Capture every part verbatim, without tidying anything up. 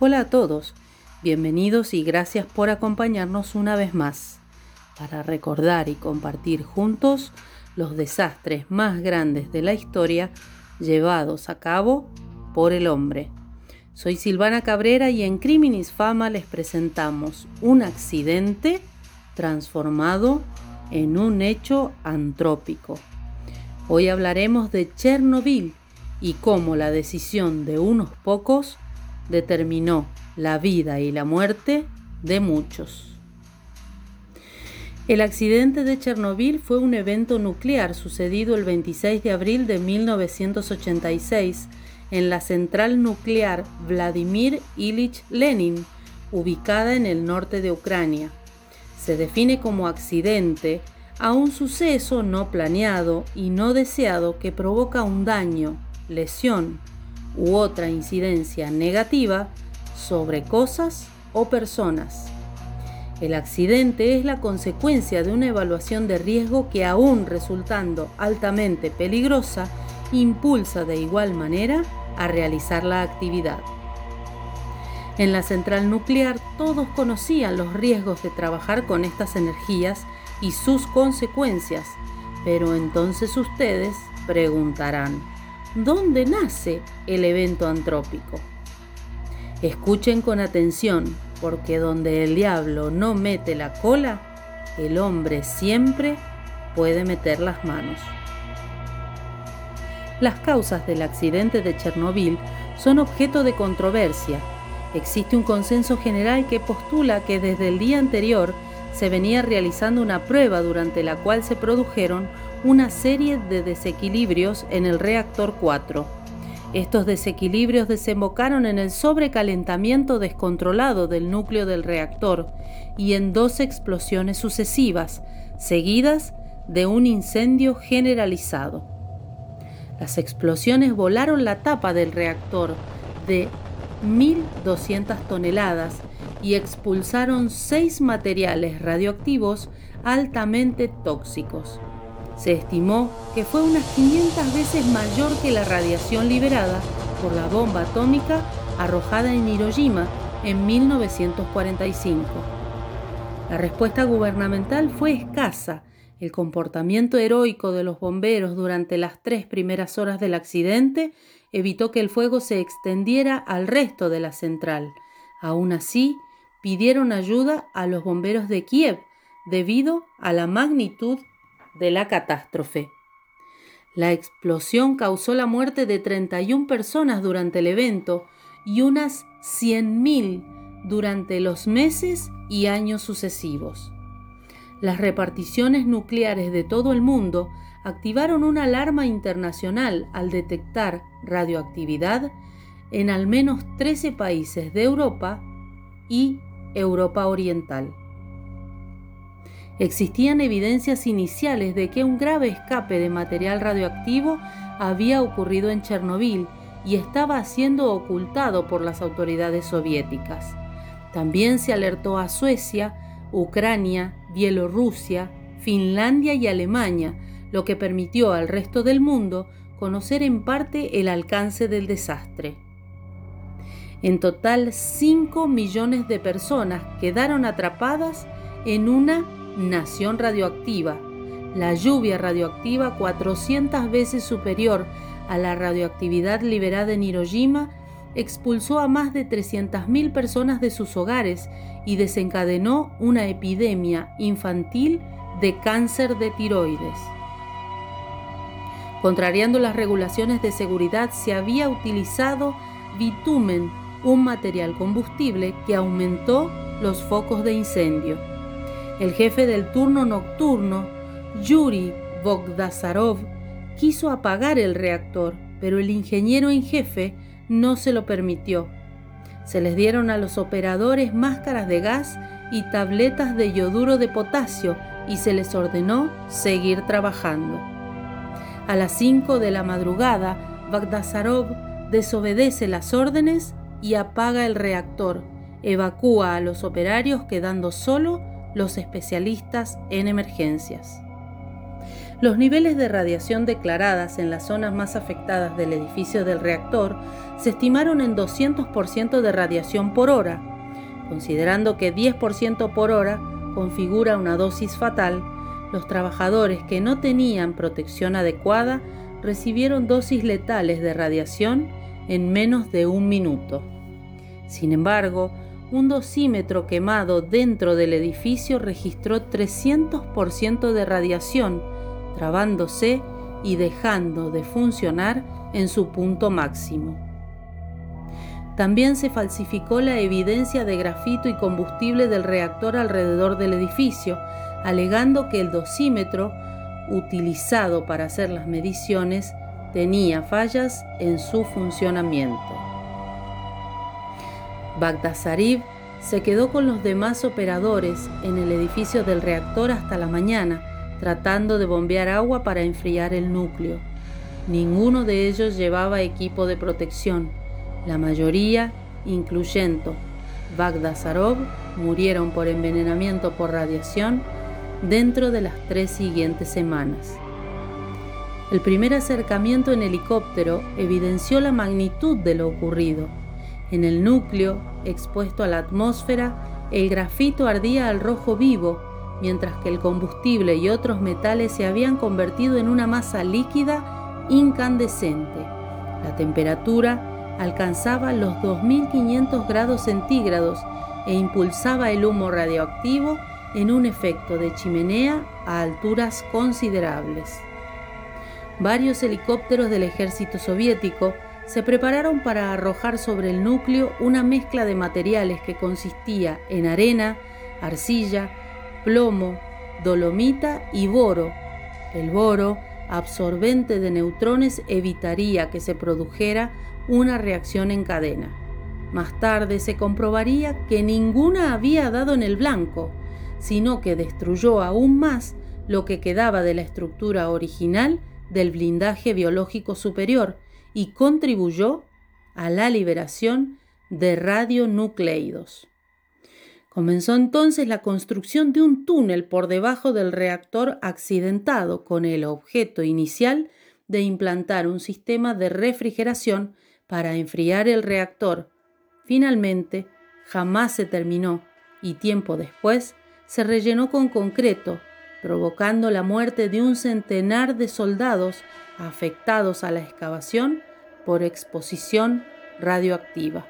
Hola a todos, bienvenidos y gracias por acompañarnos una vez más para recordar y compartir juntos los desastres más grandes de la historia llevados a cabo por el hombre. Soy Silvana Cabrera y en Criminis Fama les presentamos un accidente transformado en un hecho antrópico. Hoy hablaremos de Chernobyl y cómo la decisión de unos pocos determinó la vida y la muerte de muchos. El accidente de Chernobyl fue un evento nuclear sucedido el veintiséis de abril de mil novecientos ochenta y seis en la central nuclear Vladimir Ilich Lenin, ubicada en el norte de Ucrania. Se define como accidente a un suceso no planeado y no deseado que provoca un daño, lesión u otra incidencia negativa sobre cosas o personas. El accidente es la consecuencia de una evaluación de riesgo que, aún resultando altamente peligrosa, impulsa de igual manera a realizar la actividad. En la central nuclear todos conocían los riesgos de trabajar con estas energías y sus consecuencias, pero entonces ustedes preguntarán, ¿dónde nace el evento antrópico? Escuchen con atención, porque donde el diablo no mete la cola, el hombre siempre puede meter las manos. Las causas del accidente de Chernobyl son objeto de controversia. Existe un consenso general que postula que desde el día anterior se venía realizando una prueba durante la cual se produjeron una serie de desequilibrios en el reactor cuatro. Estos desequilibrios desembocaron en el sobrecalentamiento descontrolado del núcleo del reactor y en dos explosiones sucesivas, seguidas de un incendio generalizado. Las explosiones volaron la tapa del reactor de mil doscientas toneladas y expulsaron seis materiales radioactivos altamente tóxicos. Se estimó que fue unas quinientas veces mayor que la radiación liberada por la bomba atómica arrojada en Hiroshima en mil novecientos cuarenta y cinco. La respuesta gubernamental fue escasa. El comportamiento heroico de los bomberos durante las tres primeras horas del accidente evitó que el fuego se extendiera al resto de la central. Aún así, pidieron ayuda a los bomberos de Kiev debido a la magnitud de la catástrofe. La explosión causó la muerte de treinta y una personas durante el evento y unas cien mil durante los meses y años sucesivos. Las reparticiones nucleares de todo el mundo activaron una alarma internacional al detectar radioactividad en al menos trece países de Europa y Europa Oriental. Existían evidencias iniciales de que un grave escape de material radioactivo había ocurrido en Chernobyl y estaba siendo ocultado por las autoridades soviéticas. También se alertó a Suecia, Ucrania, Bielorrusia, Finlandia y Alemania, lo que permitió al resto del mundo conocer en parte el alcance del desastre. En total, cinco millones de personas quedaron atrapadas en una nación radioactiva. La lluvia radioactiva, cuatrocientas veces superior a la radioactividad liberada en Hiroshima, expulsó a más de trescientas mil personas de sus hogares y desencadenó una epidemia infantil de cáncer de tiroides. Contrariando las regulaciones de seguridad, se había utilizado bitumen, un material combustible que aumentó los focos de incendio. El jefe del turno nocturno, Yuri Bogdasarov, quiso apagar el reactor, pero el ingeniero en jefe no se lo permitió. Se les dieron a los operadores máscaras de gas y tabletas de yoduro de potasio y se les ordenó seguir trabajando. A las cinco de la madrugada, Bogdasarov desobedece las órdenes y apaga el reactor. Evacúa a los operarios, quedando solo los especialistas en emergencias. Los niveles de radiación declaradas en las zonas más afectadas del edificio del reactor se estimaron en doscientos por ciento de radiación por hora. Considerando que diez por ciento por hora configura una dosis fatal, los trabajadores que no tenían protección adecuada recibieron dosis letales de radiación en menos de un minuto. Sin embargo, un dosímetro quemado dentro del edificio registró trescientos por ciento de radiación, trabándose y dejando de funcionar en su punto máximo. También se falsificó la evidencia de grafito y combustible del reactor alrededor del edificio, alegando que el dosímetro utilizado para hacer las mediciones tenía fallas en su funcionamiento. Bagdasarib se quedó con los demás operadores en el edificio del reactor hasta la mañana, tratando de bombear agua para enfriar el núcleo. Ninguno de ellos llevaba equipo de protección. La mayoría, incluyendo Bagdasarov, murieron por envenenamiento por radiación dentro de las tres siguientes semanas. El primer acercamiento en helicóptero evidenció la magnitud de lo ocurrido. En el núcleo, expuesto a la atmósfera, el grafito ardía al rojo vivo, mientras que el combustible y otros metales se habían convertido en una masa líquida incandescente. La temperatura alcanzaba los dos mil quinientos grados centígrados e impulsaba el humo radioactivo en un efecto de chimenea a alturas considerables. Varios helicópteros del ejército soviético se prepararon para arrojar sobre el núcleo una mezcla de materiales que consistía en arena, arcilla, plomo, dolomita y boro. El boro, absorbente de neutrones, evitaría que se produjera una reacción en cadena. Más tarde se comprobaría que ninguna había dado en el blanco, sino que destruyó aún más lo que quedaba de la estructura original del blindaje biológico superior y contribuyó a la liberación de radionucleidos. Comenzó entonces la construcción de un túnel por debajo del reactor accidentado con el objeto inicial de implantar un sistema de refrigeración para enfriar el reactor. Finalmente, jamás se terminó y tiempo después se rellenó con concreto, provocando la muerte de un centenar de soldados afectados a la excavación por exposición radioactiva.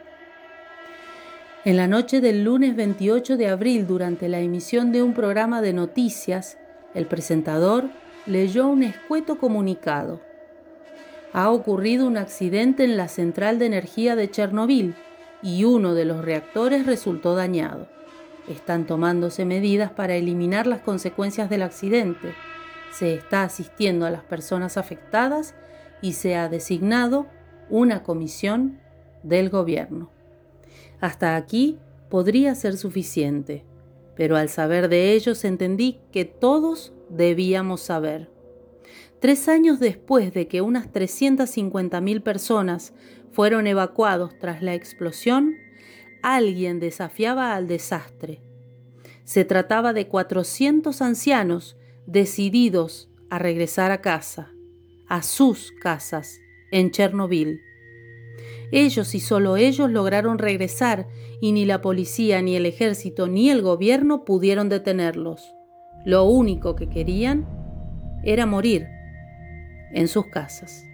En la noche del lunes veintiocho de abril, durante la emisión de un programa de noticias, el presentador leyó un escueto comunicado. Ha ocurrido un accidente en la central de energía de Chernobyl y uno de los reactores resultó dañado. Están tomándose medidas para eliminar las consecuencias del accidente. Se está asistiendo a las personas afectadas y se ha designado una comisión del gobierno. Hasta aquí podría ser suficiente, pero al saber de ellos entendí que todos debíamos saber. Tres años después de que unas trescientas cincuenta mil personas fueron evacuados tras la explosión, alguien desafiaba al desastre. Se trataba de cuatrocientos ancianos decididos a regresar a casa, a sus casas, en Chernobyl. Ellos y solo ellos lograron regresar y ni la policía, ni el ejército, ni el gobierno pudieron detenerlos. Lo único que querían era morir en sus casas.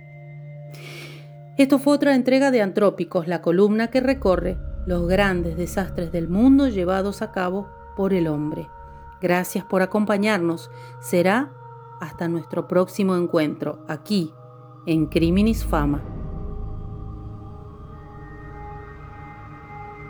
Esto fue otra entrega de Antrópicos, la columna que recorre los grandes desastres del mundo llevados a cabo por el hombre. Gracias por acompañarnos. Será hasta nuestro próximo encuentro, aquí, en Criminis Fama.